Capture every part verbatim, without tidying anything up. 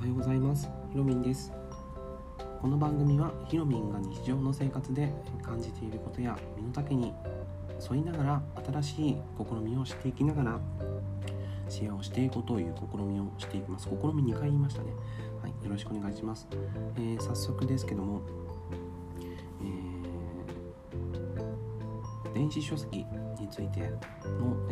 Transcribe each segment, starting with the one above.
ようございます。ひろみんです。この番組はひろみんが日常の生活で感じていることや身の丈に沿いながら新しい試みをしていきながらシェアをしていこうという試みをしていきます。試みにかい言いましたね。はい、よろしくお願いします。えー、早速ですけども、えー、電子書籍についての、え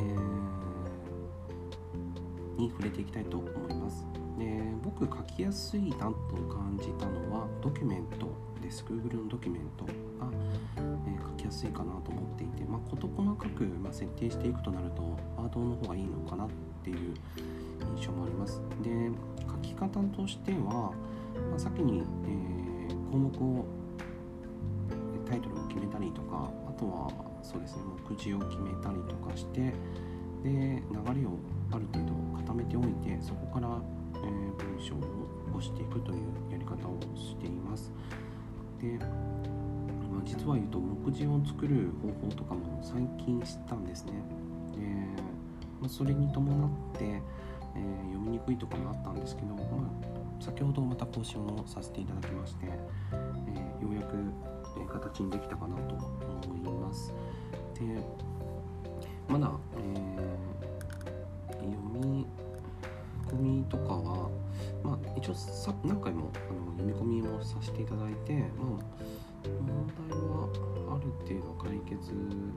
ー、に触れていきたいと思います。で僕書きやすいなと感じたのはドキュメントです。 Google のドキュメントが、えー、書きやすいかなと思っていて、まあ、事細かく、まあ、設定していくとなるとワードの方がいいのかなっていう印象もあります。で書き方としては、まあ、先に、えー、項目をタイトルを決めたりとか、あとはそうですね目次を決めたりとかして、で流れをある程度固めておいて、そこからえー、文章を起こしていくというやり方をしています。で、まあ、実は言うと目次を作る方法とかも最近知ったんですね。で、まあ、それに伴って、えー、読みにくいとかもあったんですけど、まあ、先ほどまた更新をさせていただきまして、えー、ようやく、えー、形にできたかなと思います。で、まだ、えー、読み読み込みとかは、まあ、一応さ何回もあの読み込みもさせていただいて、まあ、問題はある程度解決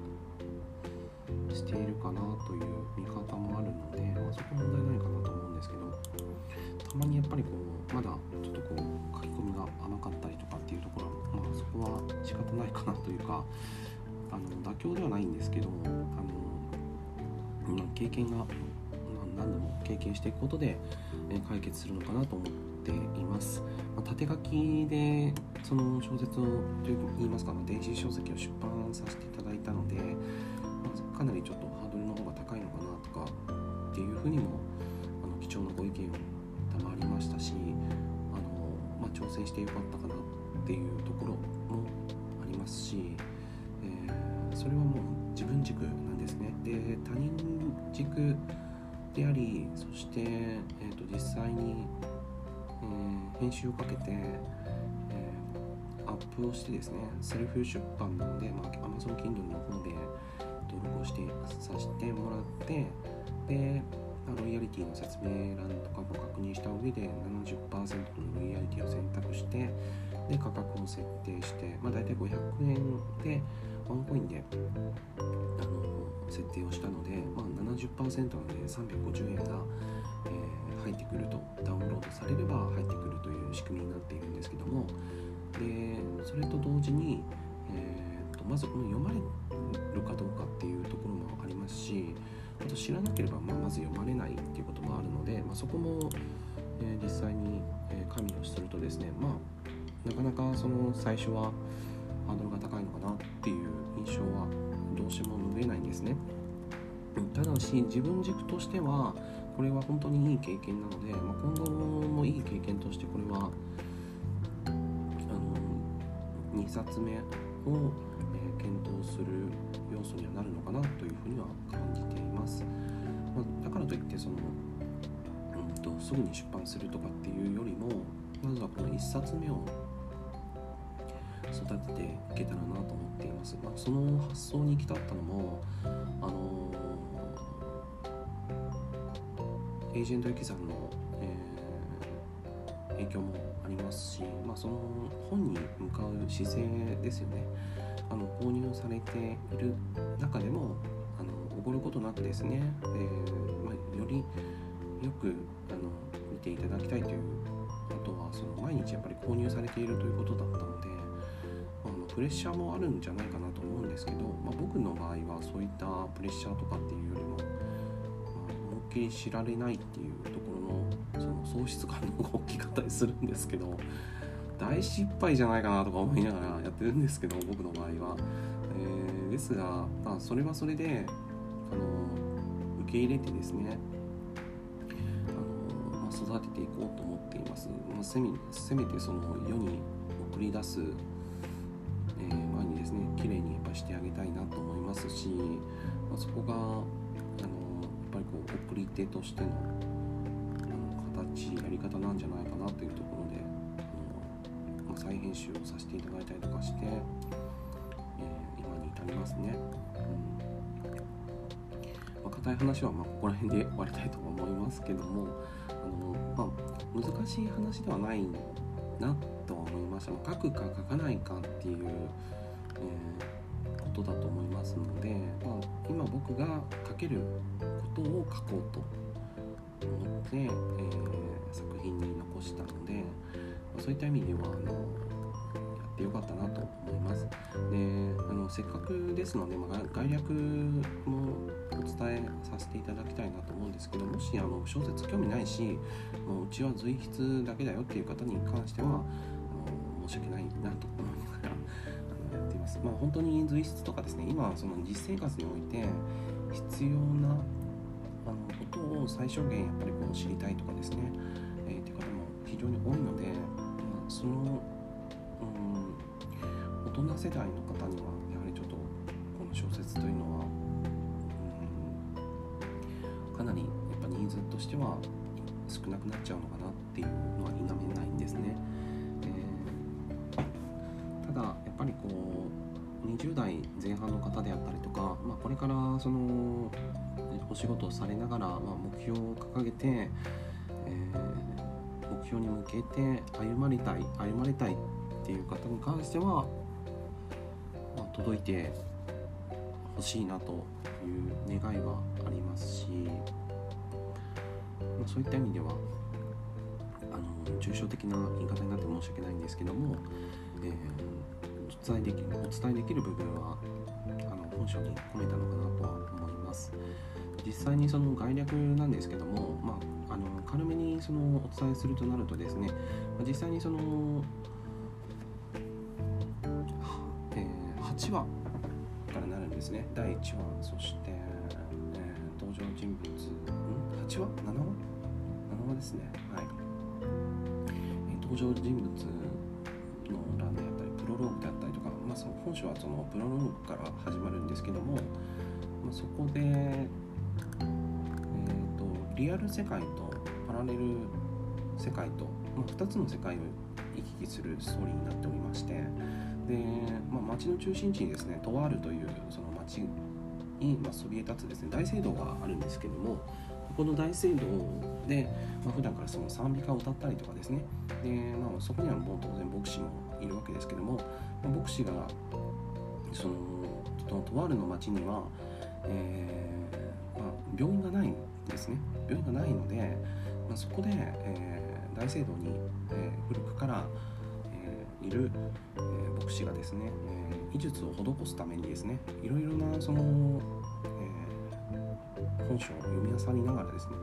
しているかなという見方もあるので、まあ、そこは問題ないかなと思うんですけど、たまにやっぱりこうまだちょっとこう書き込みが甘かったりとかっていうところは、まあ、そこは仕方ないかなというか、あの妥協ではないんですけど、あの、まあ、経験が何度も経験していくことで解決するのかなと思っています。まあ、縦書きでその小説をという言いますか、電子書籍を出版させていただいたので、まあ、かなりちょっとハードルの方が高いのかなとかっていうふうにもあの貴重なご意見を賜りましたし、あの、まあ、挑戦してよかったかなっていうところもありますし、えー、それはもう自分軸なんですね。で、他人軸であり、そして、えー、と実際に、えー、編集をかけて、えー、アップをしてですね、セルフ出版なので、まあ、Amazon Kindle の方で登録をしてさせてもらって、でロイヤリティの説明欄とかも確認した上で ななじゅっパーセント のロイヤリティを選択して、で価格を設定して、まあ、大体ごひゃくえんでワンコインであの設定をしたので、まあ、ななじゅっパーセント なのでさんびゃくごじゅうえんが、えー、入ってくると、ダウンロードされれば入ってくるという仕組みになっているんですけども、でそれと同時に、えー、とまずこの読まれるかどうかっていうところもありますし、あと知らなければ、まあ、まず読まれないっていうこともあるので、まあ、そこも、えー、実際に、えー、加味をするとですね、まあ、なかなかその最初はハードルが高いのかなっていう印象はどうしても拭えないんですね。ただし自分軸としてはこれは本当にいい経験なので、まあ、今後もいい経験としてこれはあのにさつめを、えー、検討する要素にはなるのかなというふうには感じています。まあ、だからといってその、うん、とすぐに出版するとかっていうよりも、まずはこのいっさつめを育てていけたらなと思っています。まあ、その発想に至ったのも、あのー、エージェントゆきさんの、えー、影響もありますし、まあ、その本に向かう姿勢ですよね。あの購入されている中でもあのおごることなくですね、えーまあ、よりよくあの見ていただきたいという、あとはその毎日やっぱり購入されているということだったので、あのプレッシャーもあるんじゃないかなと思うんですけど、まあ、僕の場合はそういったプレッシャーとかっていうよりも、まあ、思いっきり知られないっていうところのその喪失感の大きかったりするんですけど、大失敗じゃないかなとか思いながらやってるんですけど、僕の場合は、えー、ですが、まあ、それはそれであの受け入れてですね、あの、まあ、育てていこうと思っています。まあ、せめ、せめてその世に送り出す、えー、前にですね、綺麗にやっぱしてあげたいなと思いますし、まあ、そこがあのやっぱりこう送り手としてのあの形やり方なんじゃないかなというところであの、まあ、再編集をさせていただいたりとかして、えー、今に至りますね。うんまあ、硬い話はまあここら辺で終わりたいと思いますけども、あの、まあ、難しい話ではないなとは思いました。まあ、書くか書かないかっていう、えー、ことだと思いますので、まあ、今僕が書けることを書こうと思って、えー、作品に残したので、まあ、そういった意味ではあのやってよかったなと思います。であのせっかくですので、まあ、概略もお伝えさせていただきたいなと思うんですけど、もしあの小説興味ないし、もううちは随筆だけだよっていう方に関してはあの申し訳ないなと思いながらあのやっています。まあ、本当に随筆とかですね、今その実生活において必要なあのことを最小限やっぱりこう知りたいとかですね、えー、っていう方も非常に多いので、まあ、その、うん、大人世代の方にはやはりちょっとこの小説というのは、うん、かなりやっぱニーズとしては少なくなっちゃうのかなっていうのは否めないんですね。えー、ただやっぱりこうにじゅう代前半の方であったりとか、まあ、これからそのお仕事をされながら、まあ、目標を掲げて、えー、目標に向けて歩まれたい歩まれたいっていう方に関しては、まあ、届いてほしいなという願いはありますし、まあ、そういった意味ではあの抽象的な言い方になって申し訳ないんですけども、えー、お伝えできる、お伝えできる部分はあの本書に込めたのかなとは思います。実際にその概略なんですけども、まあ、あの軽めにそのお伝えするとなるとですね、実際にその、えー、はちわからなるんですね。だいいちわ、そして、えー、登場人物、ん ?はち 話 なな 話 ?なな 話ですね。はい。えー、登場人物の欄であったり、プロローグであったりとか、まあ、その本書はそのプロローグから始まるんですけども、まあ、そこで、えーと、リアル世界とパラレル世界と、まあ、ふたつの世界を行き来するストーリーになっておりまして、で、まあ、街の中心地にですね、トワールというその街に、まあ、そびえ立つですね、大聖堂があるんですけども、この大聖堂で、まあ、普段からその賛美歌を歌ったりとかですね、で、まあ、そこにはもう当然牧師もいるわけですけども、まあ、牧師がそのトワールの街には、えーまあ、病院がないんですね。病院がないので、まあ、そこで、えー、大聖堂に、えー、古くから、えー、いる、えー、牧師がですね、えー、医術を施すためにですね、いろいろなその、えー、本書を読み漁りながらですね、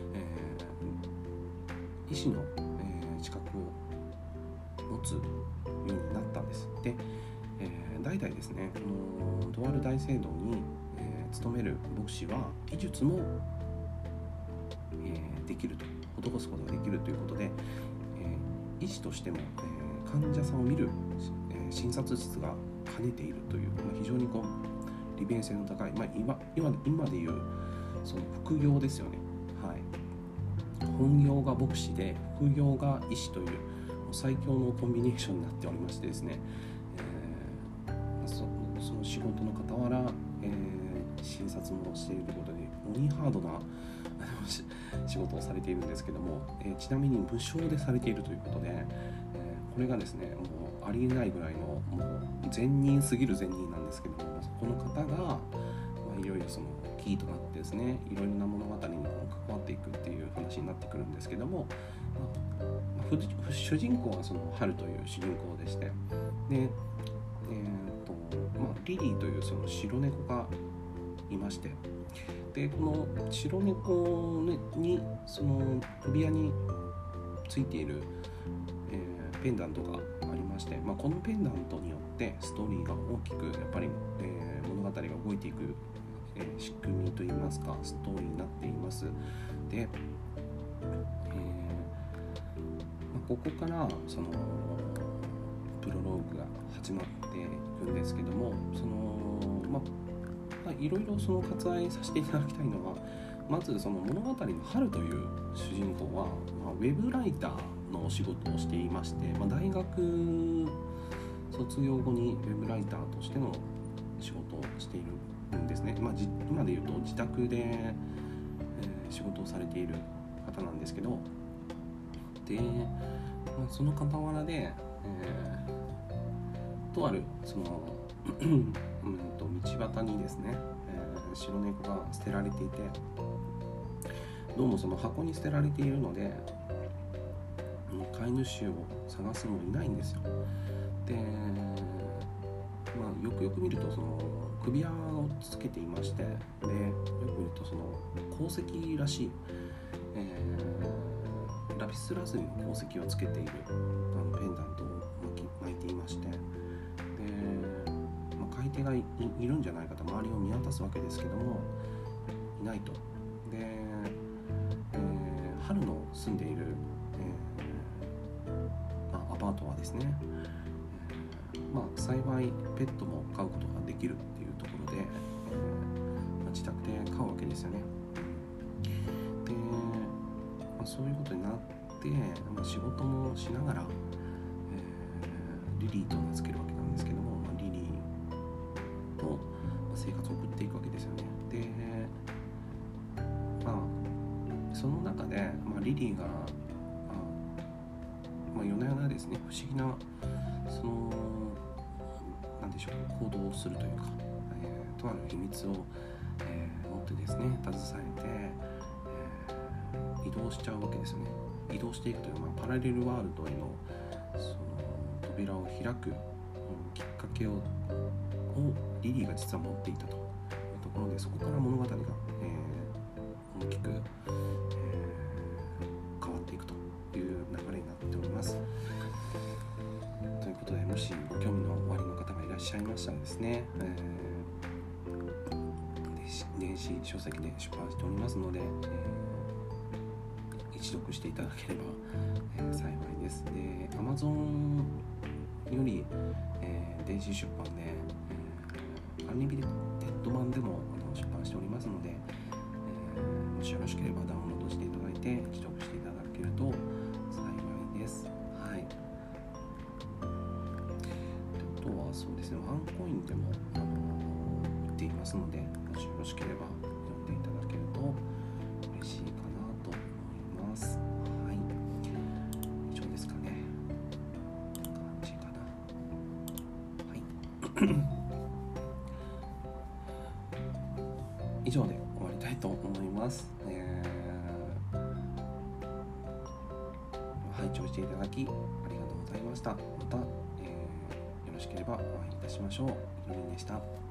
えー、医師の、えー、資格を持つようになったんです。で、えー、代々ですね、このとある大聖堂に、えー、勤める牧師は医術も、えー、できると、施すことができるということで、えー、医師としても、えー、患者さんを見る、えー、診察室が兼ねているという、まあ、非常にこう利便性の高い、まあ、今, 今, 今でいうその副業ですよね。はい、本業が牧師で副業が医師という最強のコンビネーションになっておりましてですね、えー、そ, その仕事の傍ら、えー、診察もしているということで鬼ハードな仕事をされているんですけども、えー、ちなみに無償でされているということで、えー、これがですねもうありえないぐらいのもう善人すぎる善人なんですけども、この方が、まあ、いろいろそのキーとなってですね、いろいろな物語に関わっていくっていう話になってくるんですけども、まあ、主人公はその春という主人公でして、で、えーとまあ、リリーというその白猫がいまして、でこの白猫にその首輪についている、えー、ペンダントがありまして、まあ、このペンダントによってストーリーが大きくやっぱり、えー、物語が動いていく、えー、仕組みといいますかストーリーになっています。で、えーまあ、ここからそのプロローグが始まっていくんですけども、そのまあいろいろその割愛させていただきたいのは、 まずその物語の春という主人公は、まあ、ウェブライターのお仕事をしていまして、まあ、大学卒業後にウェブライターとしての仕事をしているんですね。まあ、じ今で言うと自宅で、えー、仕事をされている方なんですけど、で、まあ、その傍らで、えー、とあるそのうんと道端にですね、えー、白猫が捨てられていて、どうもその箱に捨てられているので飼い主を探すもいないんですよ。で、まあ、よくよく見るとその首輪をつけていまして、でよく見るとその鉱石らしい、えー、ラピスラズリの鉱石をつけているあのペンダントを巻いていまして、で、まあ、飼い手が い, いるんじゃないかと周りを見渡すわけですけどもいないと。で、えー、春の住んでいる、えーまあ、アパートはですね、まあ、幸いペットも飼うことができるっていうところで、えーまあ、自宅で飼うわけですよね。で、まあ、そういうことになって、まあ、仕事もしながら、えー、リリーと名付けるわけなんですけども、まあ、リリーと生活を送っていくわけですよね。で、まあ、その中で、まあ、リリーが、まあまあ、夜な夜なですね不思議なそのなんでしょう行動をするというか、えー、とある秘密を、えー、持ってですね携えて、えー、移動しちゃうわけですよね。移動していくという、まあ、パラレルワールドへのその扉を開く、うん、きっかけををリリーが実は持っていたというところで、そこから物語が、えー、大きく、えー、変わっていくという流れになっております。ということで、もしご興味のおありの方がいらっしゃいましたらですね、えー、電子書籍で出版しておりますので、えー、一読していただければ、えー、幸いです。で、Amazon より、えー、電子出版で、えー、アンリミテッド版でもあの出版しておりますので、えー、もしよろしければダウンロードしていただいて一読していただけると幸いです。はい。あとはそうですね、ワンコインでも、あのー、売っていますので、もしよろしければ読んでいただけると嬉しいかなと思います。はい。以上ですかね。こんな感じかな。はい。以上で終わりたいと思います。えー、拝聴していただきありがとうございました。また、えーよろしければお会いいたしましょう。ひろみんでした。